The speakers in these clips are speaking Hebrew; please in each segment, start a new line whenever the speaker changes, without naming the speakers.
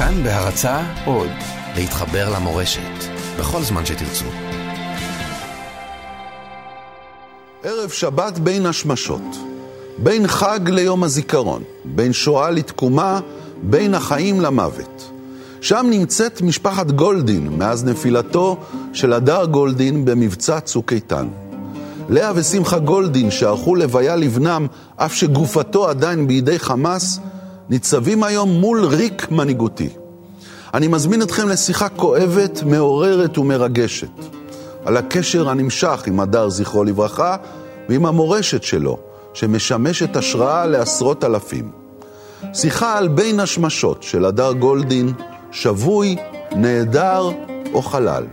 כאן בהרצאה עוד, להתחבר למורשת, בכל זמן שתרצו.
ערב שבת בין השמשות, בין חג ליום הזיכרון, בין שואה לתקומה, בין החיים למוות. שם נמצאת משפחת גולדין מאז נפילתו של הדר גולדין במבצע צוק איתן. לאה ושמחה גולדין שערכו לוויה לבנם אף שגופתו עדיין בידי חמאס, ניצבים היום מול ריק מנהיגותי. אני מזמין אתכם לשיחה כואבת, מעוררת ומרגשת על הקשר הנמשך עם הדר זכרו לברכה ועם המורשת שלו שמשמשת השראה לעשרות אלפים. שיחה על בין השמשות של הדר גולדין, שבוי, נהדר או חלל.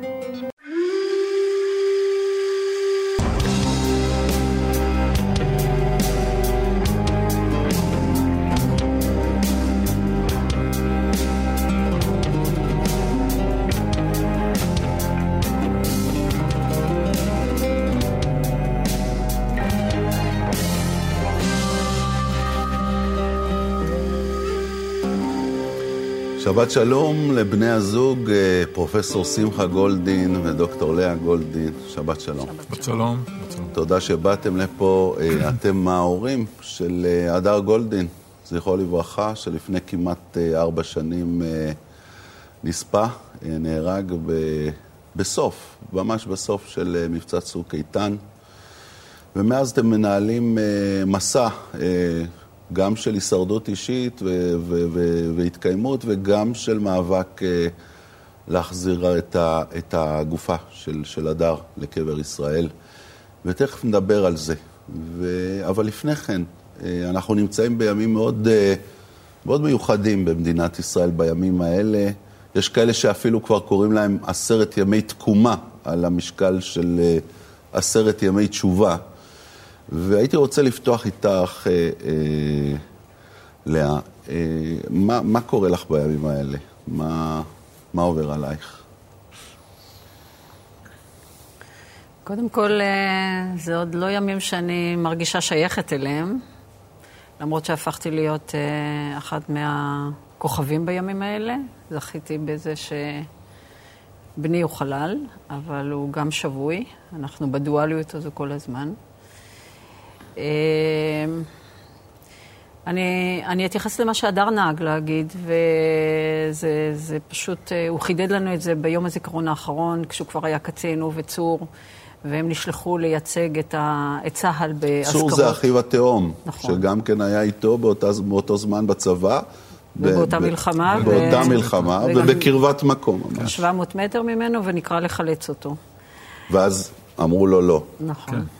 שבת שלום לבני הזוג, פרופסור שמחה גולדין ודוקטור לאה גולדין. שבת שלום.
שבת שלום.
תודה שבאתם לפה. אתם ההורים של הדר גולדין, זכרו לברכה, שלפני כמעט 4 שנים נספה, נהרג בסוף, ממש בסוף של מבצע צוק איתן. ומאז אתם מנהלים מסע גם של הישרדות אישית והתקיימות, וגם של מאבק להחזיר את הגופה של הדר לקבר ישראל. ותכף נדבר על זה. אבל לפני כן, אנחנו נמצאים בימים מאוד, מאוד מיוחדים במדינת ישראל בימים האלה. יש כאלה שאפילו כבר קוראים להם 10 ימי תקומה, על המשקל של 10 ימי תשובה. והייתי רוצה לפתוח איתך, לאה, מה קורה לך בימים האלה? מה עובר עלייך?
קודם כל, זה עוד לא ימים שאני מרגישה שייכת אליהם, למרות שהפכתי להיות אחד מהכוכבים בימים האלה. זכיתי בזה שבני הוא חלל, אבל הוא גם שבוי. אנחנו בדואליות הזו כל הזמן. אני אתייחס למה שהדר נהג להגיד, וזה פשוט, הוא חידד לנו את זה ביום הזיכרון האחרון, כשהוא כבר היה קצין, הוא וצור, והם נשלחו לייצג את צהל באזכרות. צור זה
אחיו התאום,
נכון.
שגם כן היה איתו באותו זמן בצבא.
ובאותה מלחמה.
באותה מלחמה, ובקרבת מקום ממש.
700 מטר ממנו, ונקרא לחלץ אותו.
ואז אמרו לו לא.
נכון.
כן.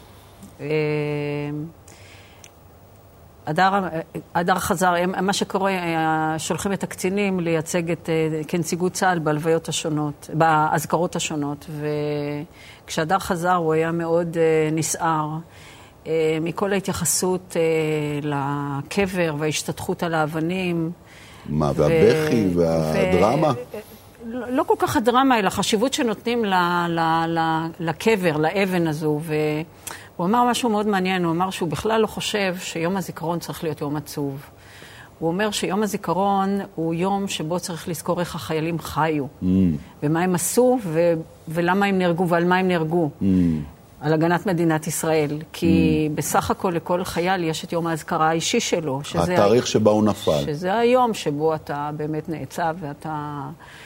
הדר חזר, מה שקורה, שולחים את הקצינים לייצג כנציגות צה"ל בהלוויות השונות, באזכרות השונות, וכשהדר חזר הוא היה מאוד נסער מכל ההתייחסות לקבר וההשתתחות על האבנים. מה,
והבכי והדרמה?
לא כל כך הדרמה, אלא חשיבות שנותנים לקבר, לאבן הזו, הוא אמר משהו מאוד מעניין, הוא אמר שהוא בכלל לא חושב שיום הזיכרון צריך להיות יום עצוב. הוא אומר שיום הזיכרון הוא יום שבו צריך לזכור איך החיילים חיו, ומה הם עשו, ולמה הם נהרגו, ועל מה הם נהרגו, על הגנת מדינת ישראל. כי בסך הכל לכל חייל יש את יום ההזכרה האישי שלו.
התאריך שבו הוא נפל.
שזה היום שבו אתה באמת נעצב, ואתה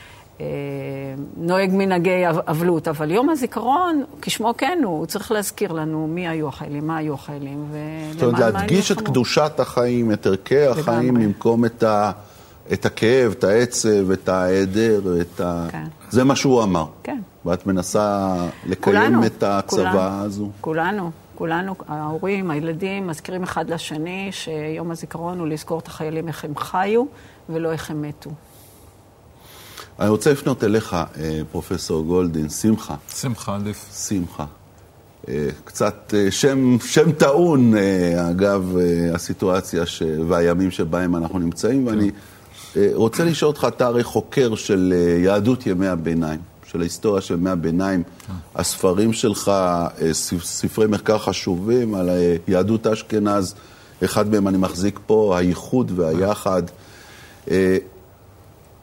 נוהג מנהגי אבלות, אבל יום הזיכרון, כשמו כן הוא צריך להזכיר לנו מי היו החיילים, מה היו החיילים,
זאת אומרת, להדגיש את קדושת החיים, את ערכי החיים, במקום את הכאב, את העצב, את העדר, זה מה שהוא אמר.
כן.
ואת מנסה לקיים את הצבא הזו.
כולנו, ההורים, הילדים, מזכירים אחד לשני שיום הזיכרון הוא לזכור את החיילים איך הם חיו ולא איך הם מתו.
אני רוצה לפנות אליך, פרופסור גולדין, שמחה.
שמחה.
שמחה. קצת שם טעון, אגב, הסיטואציה והימים שבהם אנחנו נמצאים, ואני רוצה לשאול אותך, אתה הרי חוקר של יהדות ימי הביניים, של ההיסטוריה של ימי הביניים, הספרים שלך, ספרי מחקר חשובים על יהדות אשכנז, אחד מהם אני מחזיק פה, הייחוד והיחד.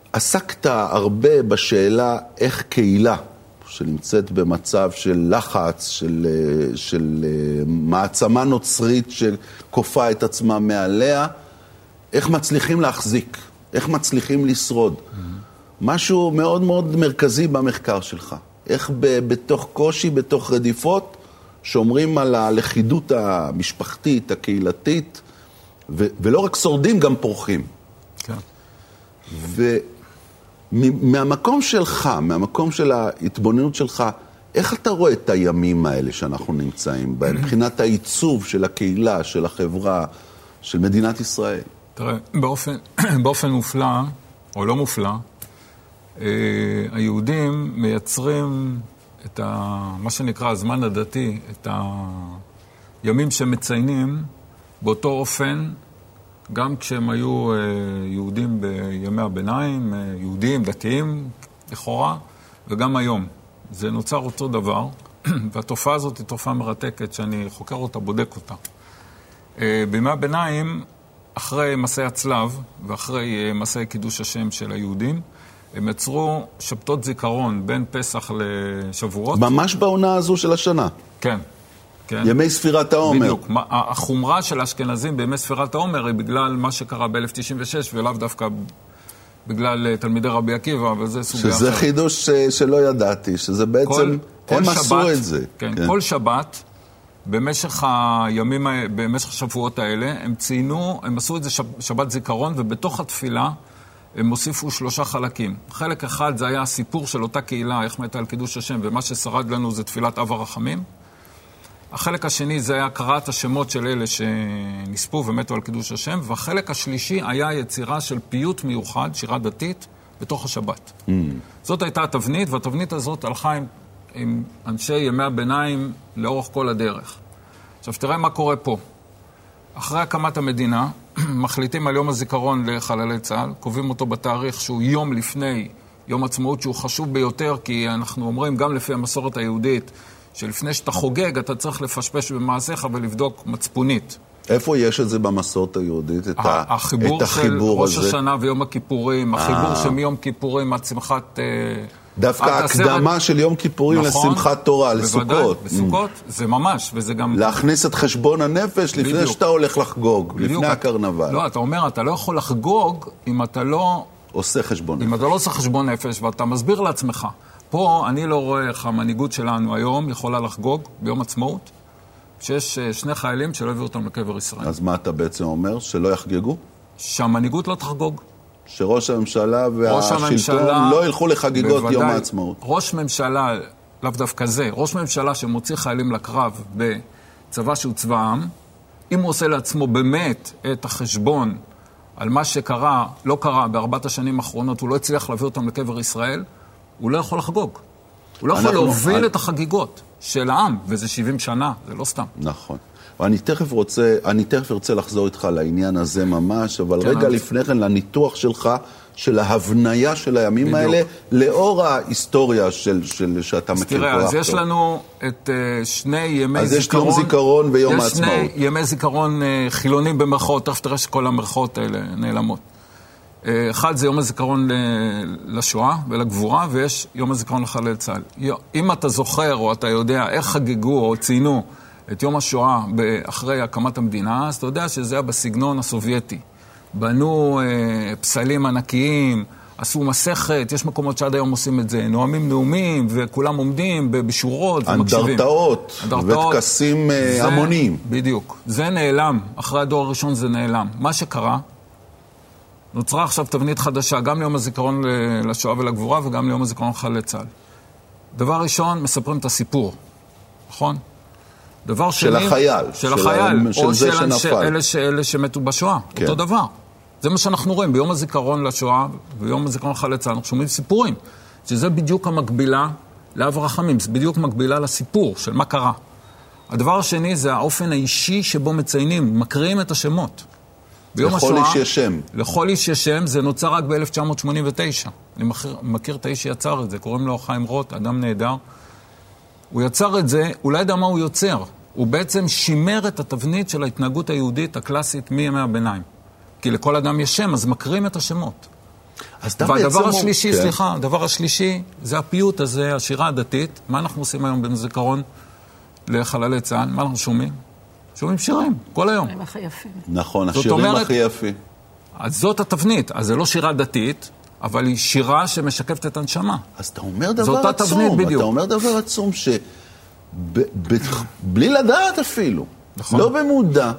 עסקת הרבה בשאלה איך קהילה שנמצאת במצב של לחץ, של מעצמה נוצרית שכופה את עצמה מעליה, איך מצליחים להחזיק, איך מצליחים לשרוד. משהו מאוד מאוד מרכזי במחקר שלך. איך בתוך קושי, בתוך רדיפות, שומרים על הלכידות המשפחתית, הקהילתית, ולא רק שורדים, גם פורחים.
כן.
ומהמקום שלך, מהמקום של ההתבוננות שלך, איך אתה רואה את הימים האלה שאנחנו נמצאים בהם, מבחינת העיצוב של הקהילה, של החברה, של מדינת ישראל?
תראה, באופן מופלא, או לא מופלא, היהודים מייצרים את מה שנקרא הזמן הדתי, את הימים שמציינים באותו אופן, גם כשהם היו יהודים בימי הביניים, יהודים, דתיים, לכאורה, וגם היום. זה נוצר אותו דבר, והתופעה הזאת היא תופעה מרתקת, שאני חוקר אותה, בודק אותה. בימי הביניים, אחרי מסעי הצלב, ואחרי מסעי קידוש השם של היהודים, הם יצרו שבתות זיכרון בין פסח לשבועות. ממש
בעונה הזו של השנה.
כן. כן.
ימי ספירת העומר.
בדיוק. החומרה של האשכנזים בימי ספירת העומר היא בגלל מה שקרה ב-1096, ולאו דווקא בגלל תלמידי רבי עקיבא, וזה סוגיה אחרת.
שזה חידוש שלא ידעתי, שזה בעצם, הם עשו את זה.
כן, כן. כל שבת, במשך הימים, במשך השבועות האלה, הם ציינו, הם עשו את זה שבת זיכרון, ובתוך התפילה הם הוסיפו 3 חלקים. חלק אחד זה היה הסיפור של אותה קהילה, איך מתה על קידוש השם, ומה ששרד לנו זה תפילת אב הרחמים. החלק השני זה היה קראת השמות של אלה שנספו ומתו על קידוש השם, והחלק השלישי היה יצירה של פיוט מיוחד, שירה דתית, בתוך השבת. זאת הייתה התבנית, והתבנית הזאת הלכה עם אנשי ימי הביניים לאורך כל הדרך. עכשיו תראה מה קורה פה. אחרי הקמת המדינה, מחליטים על יום הזיכרון לחללי צה"ל, קובעים אותו בתאריך שהוא יום לפני יום עצמאות, שהוא חשוב ביותר, כי אנחנו אומרים גם לפי המסורת היהודית, שלפני שאתה חוגג, אתה צריך לפשפש במעשיך ולבדוק מצפונית.
איפה יש את זה במסורת היהודית, את
החיבור של ראש השנה ויום הכיפורים, החיבור שמיום כיפורים עד שמחת...
דווקא הקדמה של יום כיפורים לשמחת תורה, לסוכות.
בסוכות זה ממש, וזה גם...
להכניס את חשבון הנפש לפני שאתה הולך לחגוג, לפני הקרנבל.
לא, אתה אומר, אתה לא יכול לחגוג אם אתה לא...
עושה חשבון נפש.
אם אתה לא עושה חשבון נפש, ואתה מסביר לעצמך. פה אני לא רואה איך המנהיגות שלנו היום יכולה לחגוג ביום עצמאות, שיש 2 חיילים שלא הביאו אותם לקבר ישראל.
אז מה אתה בעצם אומר? שלא יחגגו?
שהמנהיגות לא תחגוג.
שראש הממשלה והשלטון לא ילכו לחגיגות יום העצמאות.
ראש ממשלה, לאו דווקא זה, ראש ממשלה שמוציא חיילים לקרב בצבא שהוא צבא העם, אם הוא עושה לעצמו באמת את החשבון על מה שקרה, לא קרה ב4 השנים האחרונות, הוא לא הצליח להביא אותם לקבר ישראל, הוא לא יכול לחגוג. הוא לא יכול להוביל את החגיגות של העם, וזה 70 שנה, זה לא סתם.
נכון. אני תכף רוצה לחזור איתך לעניין הזה ממש, אבל רגע לפני כן לניתוח שלך, של ההבניה של הימים האלה, לאור ההיסטוריה שאתה מכיר.
תראה, אז יש לנו את 2 ימי זיכרון.
אז יש יום זיכרון ויום העצמאות.
יש 2 ימי זיכרון חילונים במרכאות, תכף תראה שכל המרכאות האלה נעלמות. אחד זה יום הזיכרון לשואה ולגבורה, ויש יום הזיכרון לחלל צה"ל. אם אתה זוכר או אתה יודע איך חגגו או ציינו את יום השואה אחרי הקמת המדינה, אז אתה יודע שזה היה בסגנון הסובייטי. בנו פסלים ענקיים, עשו מסכת, יש מקומות שעד היום עושים את זה, נואמים נאומים, וכולם עומדים בשורות ומקשיבים.
אנדרטאות וטקסים המוניים.
בדיוק. זה נעלם. אחרי הדור הראשון זה נעלם. מה שקרה, נוצרה עכשיו תבנית חדשה, גם ליום הזיכרון לשואה ולגבורה, וגם ליום הזיכרון לחללי צה"ל. דבר ראשון, מספרים את הסיפור. נכון? דבר שני...
של החייל.
של החייל. או של אלה שמתו בשואה. כן. אותו דבר. זה מה שאנחנו רואים. ביום הזיכרון לשואה, ביום הזיכרון לחללי צה"ל, אנחנו שומעים סיפורים. שזה בדיוק המקבילה לאב הרחמים. זה בדיוק מקבילה לסיפור של מה קרה. הדבר השני זה האופן האישי שבו מציינים, מקריאים את השמות.
לכל איש יש שם.
לכל איש יש שם, זה נוצר רק ב-1989. אני מכיר את האיש שיצר את זה, קוראים לו חיים רוט, אדם נהדר. הוא יצר את זה, הוא לא יודע מה הוא יוצר. הוא בעצם שימר את התבנית של ההתנהגות היהודית הקלאסית מימי הביניים. כי לכל אדם יש שם, אז מקריאים את השמות. והדבר השלישי, סליחה, הדבר השלישי, זה הפיוט הזה, השירה הדתית. מה אנחנו עושים היום בזיכרון לחללי צה"ל? מה אנחנו שומעים? שומעים שירים, כל היום.
השירים הכי יפים.
נכון, השירים הכי יפים.
אז זאת התבנית, אז זה לא שירה דתית, אבל היא שירה שמשקפת את הנשמה.
אז אתה אומר דבר עצום, אתה אומר דבר עצום בלי לדעת אפילו, לא במודע,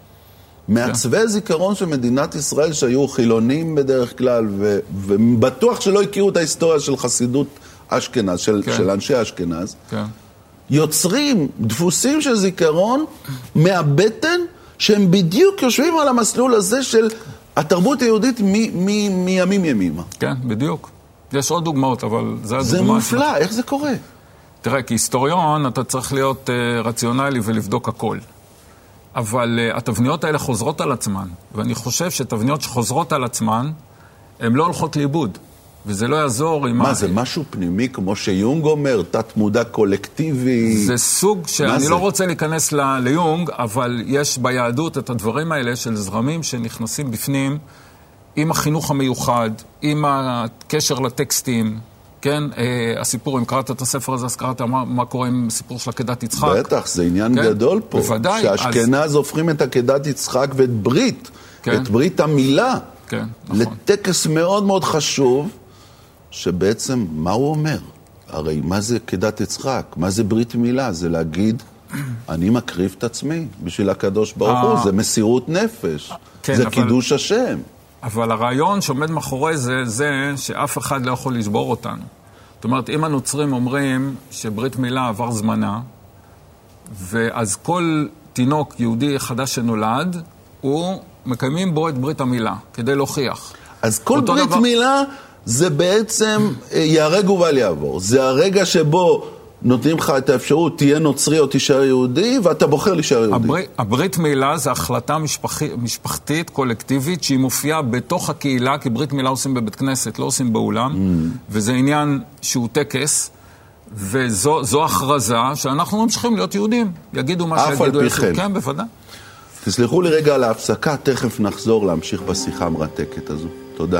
מעצבי זיכרון של מדינת ישראל שהיו חילונים בדרך כלל, ובטוח שלא הכירו את ההיסטוריה של חסידות אשכנז, של אנשי אשכנז, יוצרים דפוסים של זיכרון מהבטן, שהם בדיוק יושבים על המסלול הזה של התרבות היהודית מימים ימימה.
כן, בדיוק. יש עוד דוגמאות, אבל זה הדוגמה.
זה מופלא, איך זה קורה?
תראה, כהיסטוריון אתה צריך להיות רציונלי ולבדוק הכל. אבל התבניות האלה חוזרות על עצמן, ואני חושב שתבניות שחוזרות על עצמן, הן לא הולכות לאיבוד, וזה לא יעזור עם...
מה, זה משהו פנימי, כמו שיונג אומר, תת מודע קולקטיבי?
זה סוג שאני לא רוצה להיכנס ליונג, אבל יש ביהדות את הדברים האלה של זרמים שנכנסים בפנים, עם החינוך המיוחד, עם הקשר לטקסטים, כן? הסיפור, אם קראת את הספר הזה, אז קראת מה קורה עם סיפור של עקדת יצחק.
בטח, זה עניין גדול פה.
בוודאי.
שהאשכנז הופכים את עקדת יצחק ואת ברית, את ברית המילה, לטקס מאוד מאוד חשוב, שבעצם, מה הוא אומר? הרי מה זה עקדת יצחק? מה זה ברית מילה? זה להגיד, אני מקריב את עצמי בשביל הקדוש ברוך הוא, זה מסירות נפש, זה קידוש השם.
אבל הרעיון שעומד מאחורי זה שאף אחד לא יכול לשבור אותנו. זאת אומרת, אם הנוצרים אומרים שברית מילה עבר זמנה, ואז כל תינוק יהודי חדש שנולד, הוא מקיימים בו את ברית המילה, כדי להוכיח.
אז כל ברית מילה זה בעצם יהרג ובל יעבור. זה הרגע שבו נותנים לך את האפשרות, תהיה נוצרי או תישאר יהודי, ואתה בוחר להישאר יהודי.
הברית מילה זה החלטה משפחתית, קולקטיבית, שהיא מופיעה בתוך הקהילה, כי ברית מילה עושים בבית כנסת, לא עושים באולם, וזה עניין שהוא טקס, וזו הכרזה שאנחנו ממשיכים להיות יהודים. יגידו מה שיגידו.
אף על פיכם.
כן, בוודאי.
תסלחו לי רגע על ההפסקה, תכף נחזור להמשיך בשיחה המרתקת הזו. תודה.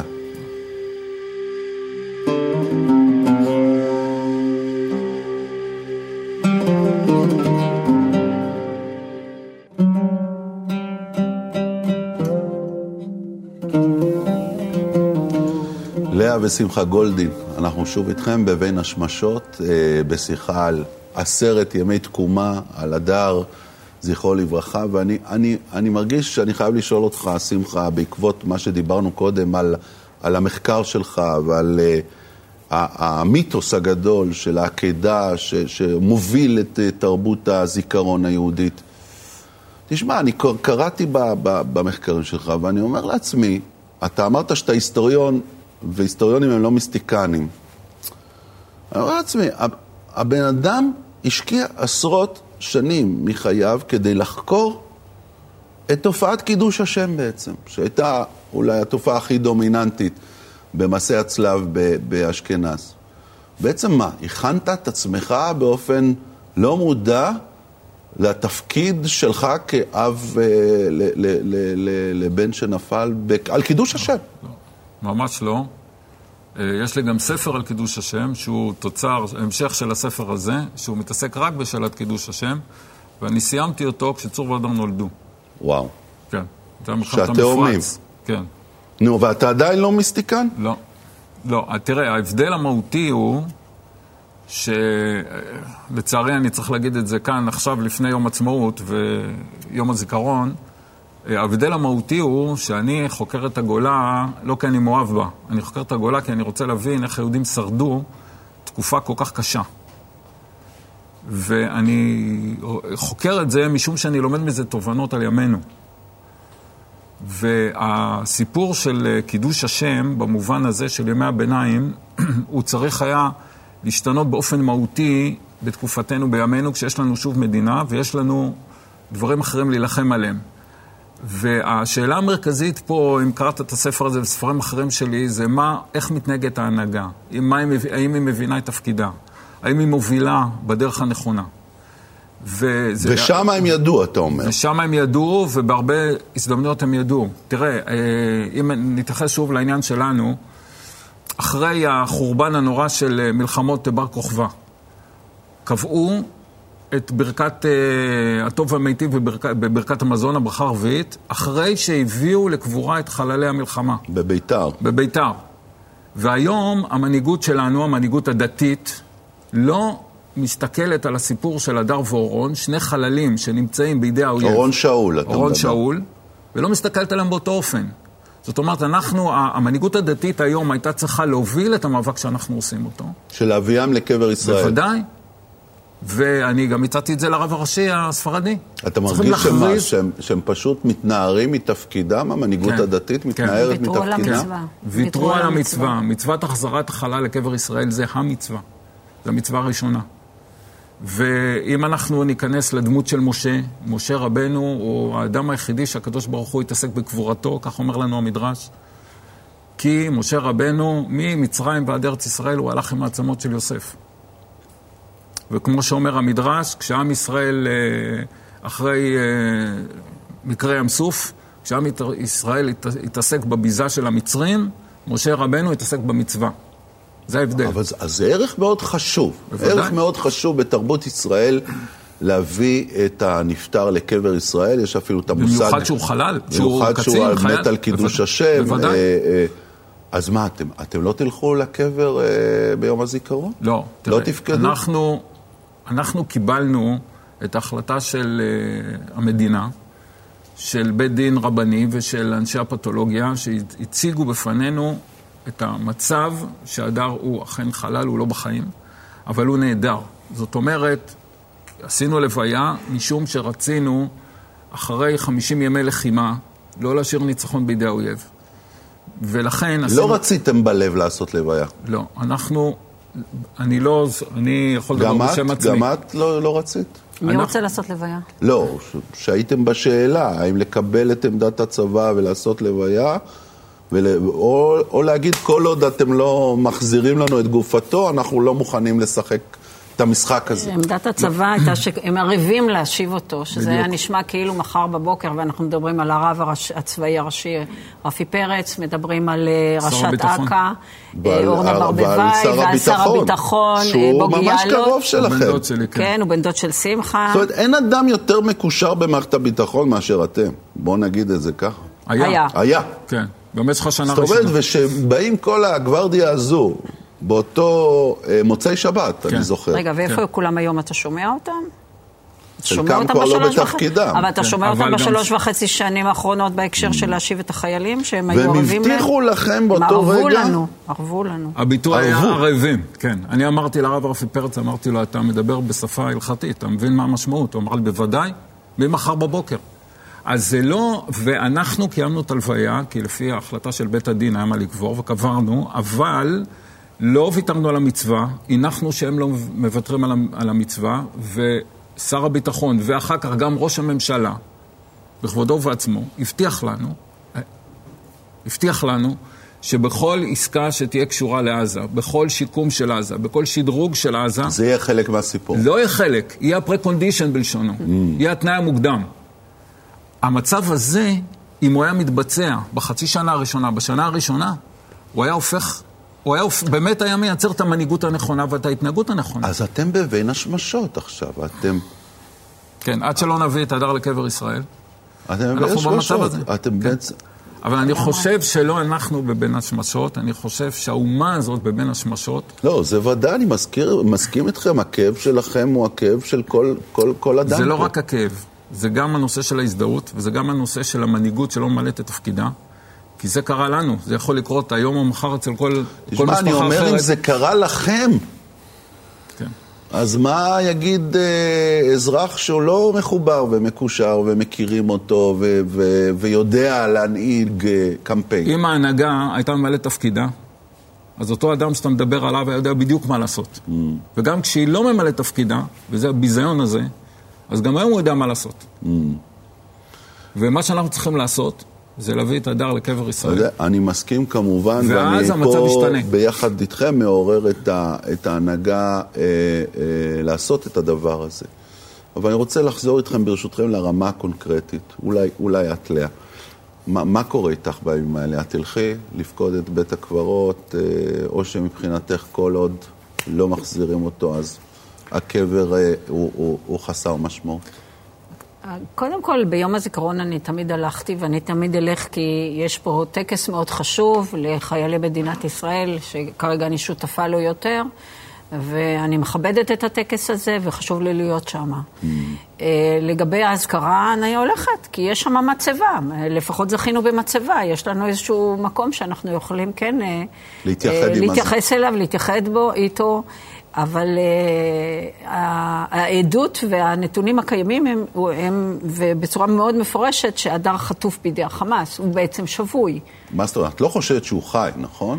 לאה ושמחה גולדין, אנחנו שוב איתכם בבין השמשות, בשיחה על 10 ימי תקומה, על אדר, זכרו לברכה, ואני מרגיש שאני חייב לשאול אותך, שמחה, בעקבות מה שדיברנו קודם על המחקר שלך ועל המיתוס הגדול של העקדה שמוביל את תרבות הזיכרון היהודית. תשמע, אני קראתי במחקרים שלך ואני אומר לעצמי, אתה אמרת שאתה היסטוריון, והיסטוריונים הם לא מיסטיקנים. אני אומר לעצמי, הבן אדם השקיע עשרות שנים מחייו כדי לחקור את תופעת קידוש השם בעצם, שהייתה אולי התופעה הכי דומיננטית במסע הצלב באשכנז. בעצם מה? הכנת את עצמך באופן לא מודע לתפקיד שלך כאב לבן שנפל על קידוש השם?
לא. ממש לא. יש לי גם ספר על קידוש השם, שהוא תוצר, המשך של הספר הזה, שהוא מתעסק רק בשאלת קידוש השם, ואני סיימתי אותו כשצור ואדר נולדו.
וואו.
כן.
שהתאומים.
כן.
נו, ואתה עדיין לא מיסטיקן?
לא. לא. תראה, ההבדל המהותי הוא שלצערי אני צריך להגיד את זה כאן עכשיו לפני יום עצמאות ויום הזיכרון, ההבדל המהותי הוא שאני חוקר את הגולה לא כי אני מאוהב בה, אני חוקר את הגולה כי אני רוצה להבין איך היהודים שרדו תקופה כל כך קשה. ואני חוקר את זה משום שאני לומד מזה תובנות על ימינו. והסיפור של קידוש השם במובן הזה של ימי הביניים, הוא צריך היה להשתנות באופן מהותי בתקופתנו בימינו, כשיש לנו שוב מדינה ויש לנו דברים אחרים להילחם עליהם. והשאלה המרכזית פה, אם קראת את הספר הזה וספרים אחרים שלי, זה איך מתנהגת ההנהגה? האם היא מבינה את תפקידה? האם היא מובילה בדרך הנכונה?
ושם הם ידעו, אתה אומר.
ושם הם ידעו, ובהרבה הזדמנויות הם ידעו. תראה, אם נתייחס שוב לעניין שלנו, אחרי החורבן הנורא של מלחמות בר כוכבא, קבעו את ברכת הטוב והמיטיב בברכת המזון, הברכה הרביעית, אחרי שהביאו לקבורה את חללי המלחמה.
בביתר.
בביתר. והיום המנהיגות שלנו, המנהיגות הדתית, לא מסתכלת על הסיפור של הדר ואורון, שני חללים שנמצאים בידי האויב.
אורון שאול, אתה מדבר.
אורון שאול, ולא מסתכלת עליהם באותו אופן. זאת אומרת, המנהיגות הדתית היום הייתה צריכה להוביל את המאבק שאנחנו עושים אותו.
של להביאם לקבר ישראל.
בוודאי. ואני גם הצעתי את זה לרב הראשי הספרדי.
אתה מרגיש שהם פשוט מתנערים מתפקידם, המנהיגות הדתית מתנערת מתפקידם?
ויתרו על המצווה. מצוות החזרת החלל לקבר ישראל זה המצווה. זו המצווה הראשונה. ואם אנחנו ניכנס לדמות של משה, משה רבנו הוא האדם היחידי שהקדוש ברוך הוא יתעסק בקבורתו, כך אומר לנו המדרש. כי משה רבנו ממצרים ועד ארץ ישראל הוא הלך עם העצמות של יוסף. וכמו שאומר המדרש, כשעם ישראל אחרי מקרה ים סוף, כשעם ישראל התעסק בביזה של המצרים, משה רבנו התעסק במצווה. זה ההבדל.
אבל זה ערך מאוד חשוב. בוודאי. ערך מאוד חשוב בתרבות ישראל להביא את הנפטר לקבר ישראל. יש אפילו את המושג...
במיוחד שהוא חלל, שהוא
במיוחד
קצין,
שהוא
חייל.
מת על קידוש השם.
בוודאי.
אז מה, אתם לא תלכו לקבר ביום הזיכרון?
לא.
לא תפקדו?
אנחנו קיבלנו את ההחלטה של המדינה, של בית דין רבני ושל אנשי הפתולוגיה, שהציגו בפנינו את המצב שהדר הוא אכן חלל, הוא לא בחיים, אבל הוא נהדר. זאת אומרת, עשינו לוויה משום שרצינו, אחרי 50 ימי לחימה, לא להשאיר ניצחון בידי האויב. ולכן...
לא רציתם בלב לעשות לוויה.
לא, אני יכול לדבר בשם עצמי.
גם את לא רצית?
מי רוצה לעשות לוויה?
לא, שהייתם בשאלה, האם לקבל את עמדת הצבא ולעשות לוויה, או להגיד כל עוד אתם לא מחזירים לנו את גופתו, אנחנו לא מוכנים לשחק את המשחק הזה.
עמדת הצבא הייתה שהם ערבים להשיב אותו, שזה היה נשמע כאילו מחר בבוקר, ואנחנו מדברים על הרב הצבאי הראשי רפי פרץ, מדברים על ראשת אכ"א, אורנה ברביבאי, ועל שר הביטחון,
שהוא ממש קרוב שלכם.
כן, הוא בן דוד של שמחה.
זאת אומרת, אין אדם יותר מקושר במערכת הביטחון מאשר אתם. בואו נגיד את זה ככה. היה.
כן, במשך השנה
ראשונה. זאת אומרת, ושבאים כל הגוורדיה הזו, באותו מוצאי שבת, אני זוכר.
רגע, ואיפה כולם היום? אתה שומע אותם?
חלקם כבר לא בתפקידם.
אבל אתה שומע אותם ב3.5 שנים האחרונות בהקשר של להשיב את החיילים, שהם היו ערבים להם?
והם הבטיחו לכם באותו רגע?
ערבו לנו.
הביטוי היה ערבים, כן. אני אמרתי לרב רפי פרץ, אמרתי לו, אתה מדבר בשפה הלכתית, אתה מבין מה המשמעות? הוא אמר לי, בוודאי, ממחר בבוקר. אז זה לא, ואנחנו קיימנו את הלוויה, כי לפי ההחלטה של בית הדין היה מה לקבור, וקברנו, אבל לא ויתרנו על המצווה, הנחנו שהם לא מוותרים על המצווה, ושר הביטחון, ואחר כך גם ראש הממשלה, בכבודו ובעצמו, הבטיח לנו שבכל עסקה שתהיה קשורה לעזה, בכל שיקום של עזה, בכל שדרוג של עזה,
זה יהיה חלק מהסיפור.
לא יהיה חלק, יהיה הפרקונדישן בלשונו, יהיה התנאי המוקדם. המצב הזה, אם הוא היה מתבצע בחצי שנה הראשונה, בשנה הראשונה, הוא באמת היה מייצר את המנהיגות הנכונה ואת ההתנהגות הנכונה.
אז אתם בבין השמשות עכשיו, אתם...
כן, עד שלא נביא את הדר לקבר ישראל.
אתם בבין השמשות, אתם בעצם...
אבל אני חושב שלא אנחנו בבין השמשות, אני חושב שהאומה הזאת בבין השמשות...
לא, זה ודאי, אני מסכים איתכם, הכאב שלכם הוא הכאב של כל אדם.
זה לא רק הכאב, זה גם הנושא של ההזדהות, וזה גם הנושא של המנהיגות שלא ממלאת את תפקידה. כי זה קרה לנו, זה יכול לקרות היום או מחר אצל כל משפחה אחרת.
אני אומר, אם זה קרה לכם,
כן.
אז מה יגיד אזרח שהוא לא מחובר ומקושר ומכירים אותו ויודע להנהיג קמפיין?
אם ההנהגה הייתה ממלאת תפקידה, אז אותו אדם שאתה מדבר עליו יודע בדיוק מה לעשות. וגם כשהיא לא ממלאת תפקידה, וזה הביזיון הזה, אז גם היום הוא יודע מה לעשות. ומה שאנחנו צריכים לעשות, זה להביא את הדר לקבר ישראל.
אני מסכים כמובן,
ואז המצב
פה
ישתנה.
ביחד איתכם מעורר את ההנהגה לעשות את הדבר הזה. אבל אני רוצה לחזור איתכם ברשותכם לרמה הקונקרטית, אולי את לאה. מה קורה איתך בימים האלה? את תלכי לפקוד את בית הקברות, או שמבחינתך כל עוד לא מחזירים אותו, אז הקבר הוא חסר משמעות?
קודם כל, ביום הזיכרון אני תמיד הלכתי, ואני תמיד אלך כי יש פה טקס מאוד חשוב לחיילי מדינת ישראל, שכרגע אני שותפה לו יותר, ואני מכבדת את הטקס הזה, וחשוב לי להיות שם. לגבי ההזכרה, אני הולכת, כי יש שם מצבה. לפחות זכינו במצבה. יש לנו איזשהו מקום שאנחנו יכולים, כן, להתייחס אליו, להתייחד בו, איתו. אבל העדות והנתונים הקיימים הם ובצורה מאוד מפורשת, שהדר חטוף בידי החמאס. הוא בעצם שבוי.
מה זאת אומרת? את לא חושבת שהוא חי, נכון?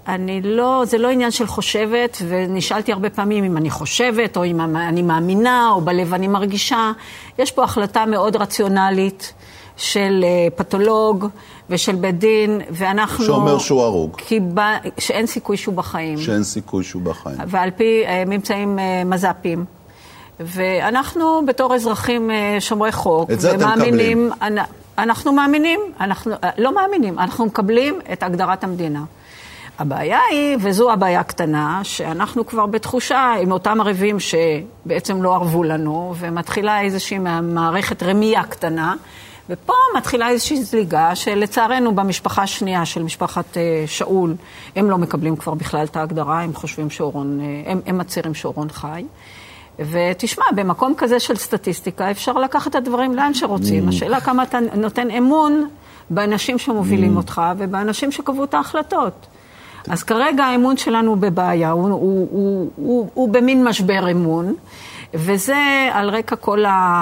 זה לא עניין של חושבת, ונשאלתי הרבה פעמים אם אני חושבת, או אם אני מאמינה, או בלב אני מרגישה. יש פה החלטה מאוד רציונלית של פתולוג ושל בית דין, ואנחנו...
שאומר שהוא הרוג.
שאין סיכוי שהוא בחיים.
שאין סיכוי שהוא בחיים.
ועל פי ממצאים מז"פים. ואנחנו בתור אזרחים שומרי חוק,
את זה אתם מקבלים.
אנחנו מאמינים, לא מאמינים, אנחנו מקבלים את הגדרת המדינה. הבעיה היא, וזו הבעיה הקטנה, שאנחנו כבר בתחושה עם אותם ערבים שבעצם לא ערבו לנו, ומתחילה איזושהי מערכת רמייה קטנה, ופה מתחילה איזושהי זליגה שלצערנו במשפחה השנייה של משפחת שאול, הם לא מקבלים כבר בכלל את ההגדרה, הם חושבים שאורון, הם מצהירים שאורון חי. ותשמע, במקום כזה של סטטיסטיקה אפשר לקחת את הדברים לאן שרוצים. השאלה כמה אתה נותן אמון באנשים שמובילים אותך ובאנשים שקבעו את ההחלטות. אז כרגע האמון שלנו בבעיה, הוא במין משבר אמון, וזה על רקע כל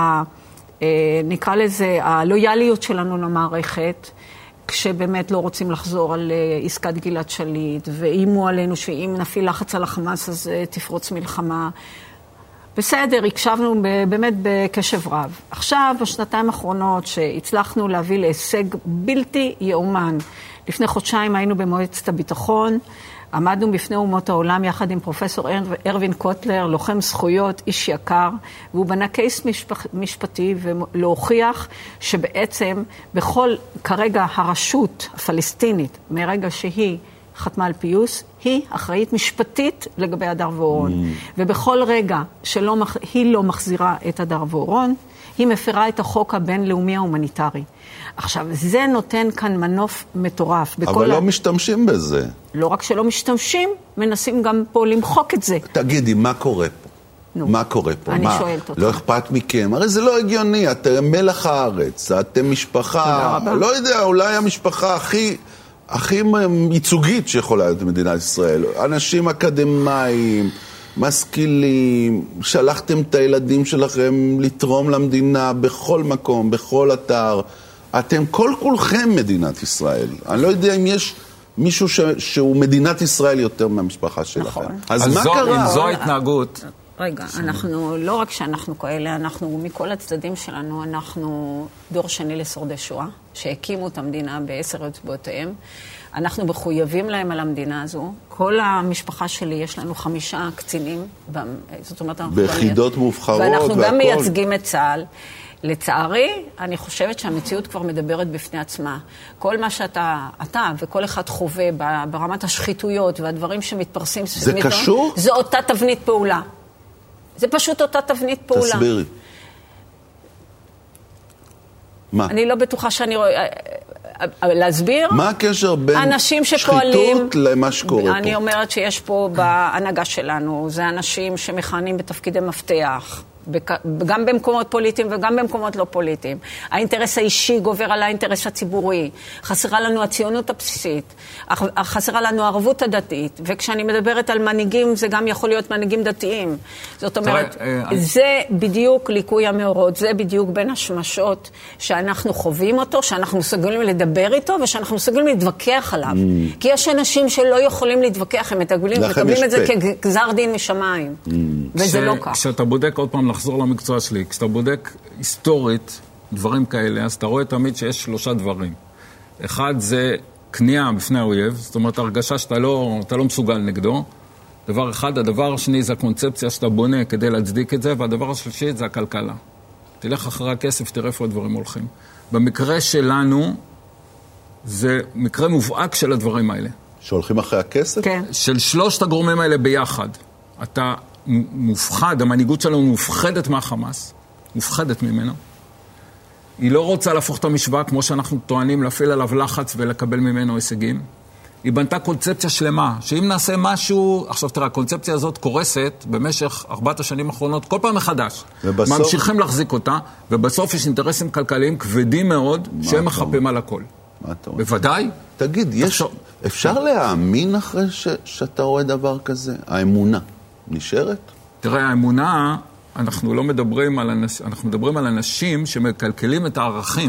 נקרא לזה, הלויאליות שלנו למערכת, כשבאמת לא רוצים לחזור על עסקת גלעד שליט, ואימו עלינו שאם נפעיל לחץ על החמאס אז תפרוץ מלחמה. בסדר, הקשבנו באמת בקשב רב. עכשיו, בשנתיים האחרונות שהצלחנו להביא להישג בלתי יאומן, לפני חודשיים היינו במועצת הביטחון, עמדנו בפני אומות העולם יחד עם פרופסור ארווין קוטלר, לוחם זכויות, איש יקר, והוא בנה קייס משפטי ולהוכיח שבעצם בכל כרגע הרשות הפלסטינית, מרגע שהיא חתמה על פיוס, היא אחראית משפטית לגבי הדר ואורון. ובכל רגע שהיא לא מחזירה את הדר ואורון, היא מפרה את החוק הבינלאומי ההומניטרי. עכשיו, זה נותן כאן מנוף מטורף.
אבל לא משתמשים בזה.
לא רק שלא משתמשים, מנסים גם פה למחוק את זה.
תגידי, מה קורה פה? מה קורה פה?
אני שואלת אותך.
לא אכפת מכם? הרי זה לא הגיוני, אתם מלח הארץ, אתם משפחה, לא יודע, אולי המשפחה הכי ייצוגית שיכולה להיות במדינת ישראל. אנשים אקדמיים, משכילים, שלחתם את הילדים שלכם לתרום למדינה בכל מקום, בכל אתר. אתם כל כולכם מדינת ישראל. אני לא יודע אם יש מישהו שהוא מדינת ישראל יותר מהמשפחה שלכם.
נכון.
אז מה קרה?
אם זו ההתנהגות...
רגע, אנחנו, לא רק שאנחנו כאלה, אנחנו מכל הצדדים שלנו, אנחנו דור שני לשורדי שואה, שהקימו את המדינה ב10 אצבעותיהם. אנחנו מחויבים להם על המדינה הזו. כל המשפחה שלי, יש לנו 5 קצינים, זאת אומרת,
ביחידות מובחרות והכל.
ואנחנו גם מייצגים את צה"ל. לצערי, אני חושבת שהמציאות כבר מדברת בפני עצמה. כל מה שאתה וכל אחד חווה ברמת השחיתויות והדברים שמתפרסים...
זה קשור?
זו אותה תבנית פעולה. זה פשוט אותה תבנית פעולה.
תסבירי. מה?
אני לא בטוחה שאני רואה... להסביר?
מה הקשר בין שחיתות למה שקורה פה?
אני אומרת שיש פה בהנהגה שלנו, זה אנשים שמכהנים בתפקידי מפתח, גם במקומות פוליטיים וגם במקומות לא פוליטיים. האינטרס האישי גובר על האינטרס הציבורי. חסרה לנו הציונות הבסיסית, חסרה לנו הערבות הדתית, וכשאני מדברת על מנהיגים, זה גם יכול להיות מנהיגים דתיים. זאת אומרת, זה בדיוק ליקוי המאורות, זה בדיוק בין השמשות שאנחנו חווים אותו, שאנחנו מסוגלים לדבר איתו, ושאנחנו מסוגלים להתווכח עליו. כי יש אנשים שלא יכולים להתווכח, הם מקבלים את זה כגזר דין משמיים. וזה לא כך.
כשאתה בודק עוד פעם לחזור למקצוע שלי, כשאתה בודק היסטורית דברים כאלה, אז אתה רואה תמיד שיש 3 דברים. אחד זה כניעה בפני האויב, זאת אומרת הרגשה שאתה לא מסוגל נגדו. דבר אחד, הדבר השני זה הקונספציה שאתה בונה כדי להצדיק את זה, והדבר השלישי זה הכלכלה. תלך אחרי הכסף, תראה איפה הדברים הולכים. במקרה שלנו, זה מקרה מובהק של הדברים האלה.
שהולכים אחרי הכסף?
כן.
של שלושת הגורמים האלה ביחד. אתה מופחד, המנהיגות שלנו מופחדת מהחמאס, מופחדת ממנו. היא לא רוצה להפוך את המשוואה כמו שאנחנו טוענים, להפעיל עליו לחץ ולקבל ממנו הישגים. היא בנתה קונספציה שלמה, שאם נעשה משהו, עכשיו תראה, הקונספציה הזאת קורסת במשך 4 השנים האחרונות, כל פעם מחדש.
ובסוף...
ממשיכים להחזיק אותה, ובסוף יש אינטרסים כלכליים כבדים מאוד, שהם מחפים על הכל.
מה אתה אומר?
בוודאי.
תגיד, אפשר להאמין אחרי שאתה רואה דבר כזה? האמונה נשארת?
תראה, האמונה, אנחנו לא מדברים על אנחנו מדברים על אנשים שמקלקלים את הערכים.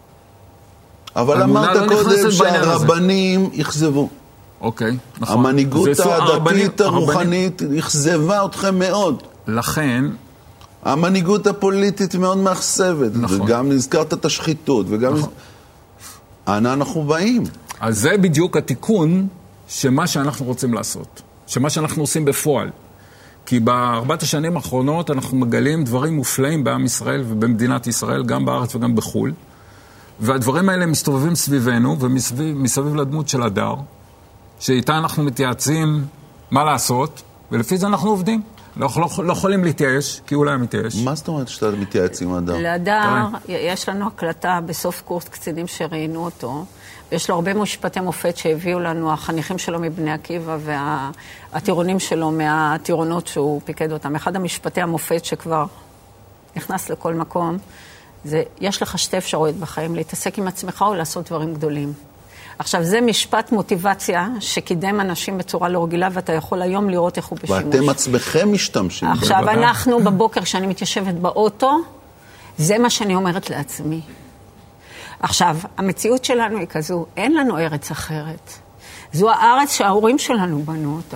אבל אמרת קודם שהרבנים יחזבו.
אוקיי, נכון.
המנהיגות הדתית הרוחנית יחזבה אתכם מאוד.
לכן...
המנהיגות הפוליטית מאוד מאכזבת.
נכון.
וגם נזכרת את השחיתות, וגם...
נכון.
אנה אנחנו באים.
אז זה בדיוק התיקון שמה שאנחנו רוצים לעשות. שמה שאנחנו עושים בפועל. כי ב4 השנים האחרונות אנחנו מגלים דברים מופלאים בעם ישראל ובמדינת ישראל, גם בארץ וגם בחו"ל. והדברים האלה מסתובבים סביבנו ומסביב לדמות של הדר, שאיתה אנחנו מתייעצים מה לעשות, ולפי זה אנחנו עובדים. לא יכולים להתייאש, כי אולי מתייאש.
מה זאת אומרת שאתה מתייעץ עם הדר?
להדר, יש לנו הקלטה בסוף קורס קצינים שראיינו אותו, ויש לו הרבה משפטי מופת שהביאו לנו החניכים שלו מבני עקיבא והטירונים שלו מהטירונות שהוא פיקד אותם. אחד המשפטי המופת שכבר נכנס לכל מקום, זה יש לך 2 אפשרויות בחיים, להתעסק עם עצמך או לעשות דברים גדולים. עכשיו, זה משפט מוטיבציה שקידם אנשים בצורה לא רגילה, ואתה יכול היום לראות איך הוא בשימוש.
ואתם עצמכם משתמשים.
עכשיו, אנחנו בבוקר, כשאני מתיישבת באוטו, זה מה שאני אומרת לעצמי. עכשיו, המציאות שלנו היא כזו, אין לנו ארץ אחרת. זו הארץ שההורים שלנו בנו אותה.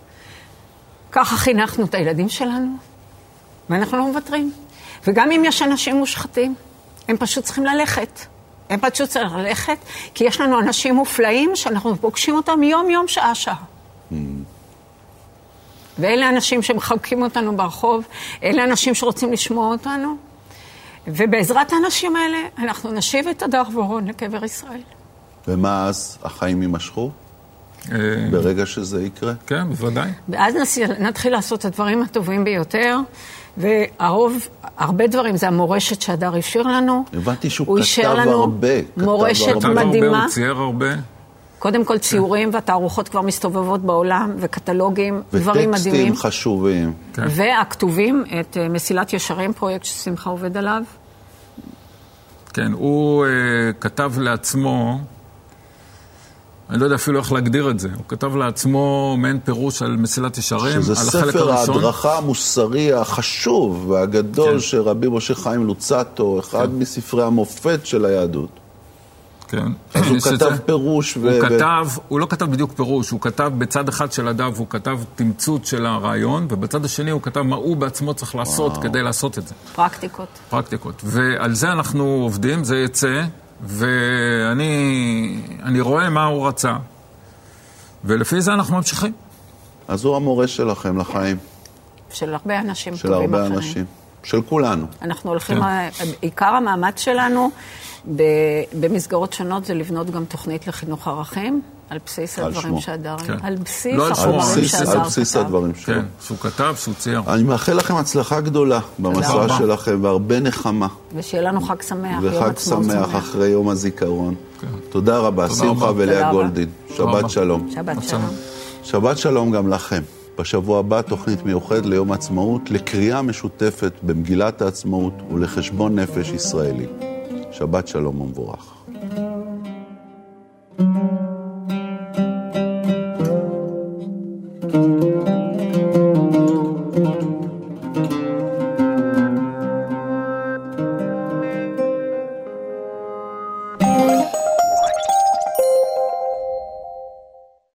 ככה חינכנו את הילדים שלנו, ואנחנו לא מוותרים. וגם אם יש אנשים מושחתים, הם פשוט צריכים ללכת. הם פשוט צריכים ללכת, כי יש לנו אנשים מופלאים שאנחנו פוגשים אותם יום-יום, שעה-שעה. ואלה אנשים שמחבקים אותנו ברחוב, אלה אנשים שרוצים לשמוע אותנו, ובעזרת האנשים האלה אנחנו נשיב את הדר ואורון לקבר ישראל.
ומה אז החיים יימשכו? ברגע שזה יקרה?
כן, בוודאי.
ואז נתחיל לעשות את הדברים הטובים ביותר, והרבה דברים, זה המורשת שהדר השאיר לנו.
הבנתי שהוא כתב הרבה.
מורשת מדהימה.
הוא צייר הרבה.
קודם כל ציורים והתערוכות כבר מסתובבות בעולם, וקטלוגים, דברים מדהימים.
וטקסטים חשובים.
והכתובים, את מסילת ישרים, פרויקט ששמחה עובד עליו.
כן, הוא כתב לעצמו, אני לא יודע אפילו איך להגדיר את זה, הוא כתב לעצמו מעין פירוש על מסילת ישרים,
שזה
על החלק
ספר
הראשון.
ההדרכה המוסרי החשוב והגדול כן. שרבי משה חיים לוצטו, אחד כן. מספרי המופת של היהדות.
כן.
אז הוא כתב פירוש
הוא לא כתב בדיוק פירוש, הוא כתב בצד אחד של הדף, הוא כתב תמצות של הרעיון, ובצד השני הוא כתב מה הוא בעצמו צריך לעשות כדי לעשות את זה. פרקטיקות. ועל זה אנחנו עובדים, זה יצא, ואני רואה מה הוא רצה, ולפי זה אנחנו ממשיכים.
אז הוא המורה שלכם לחיים.
של הרבה אנשים
של הרבה אנשים. של כולנו.
אנחנו הולכים, עיקר המאמץ שלנו במסגרות שונות זה לבנות גם תוכנית לחינוך ערכים, על בסיס הדברים שהדר, על בסיס החומרים שהדר כתב.
על בסיס הדברים שלו.
כן, שהוא כתב, שהוא צייר.
אני מאחל לכם הצלחה גדולה במסע שלכם, והרבה נחמה.
ושיהיה לנו חג שמח.
וחג שמח אחרי יום הזיכרון. תודה רבה, שמחה ולאה גולדין. שבת שלום.
שבת שלום.
שבת שלום גם לכם. בשבוע הבא תוכנית מיוחדת ליום העצמאות, לקריאה משותפת במגילת העצמאות ולחשבון נפש ישראלי. שבת שלום ומבורך.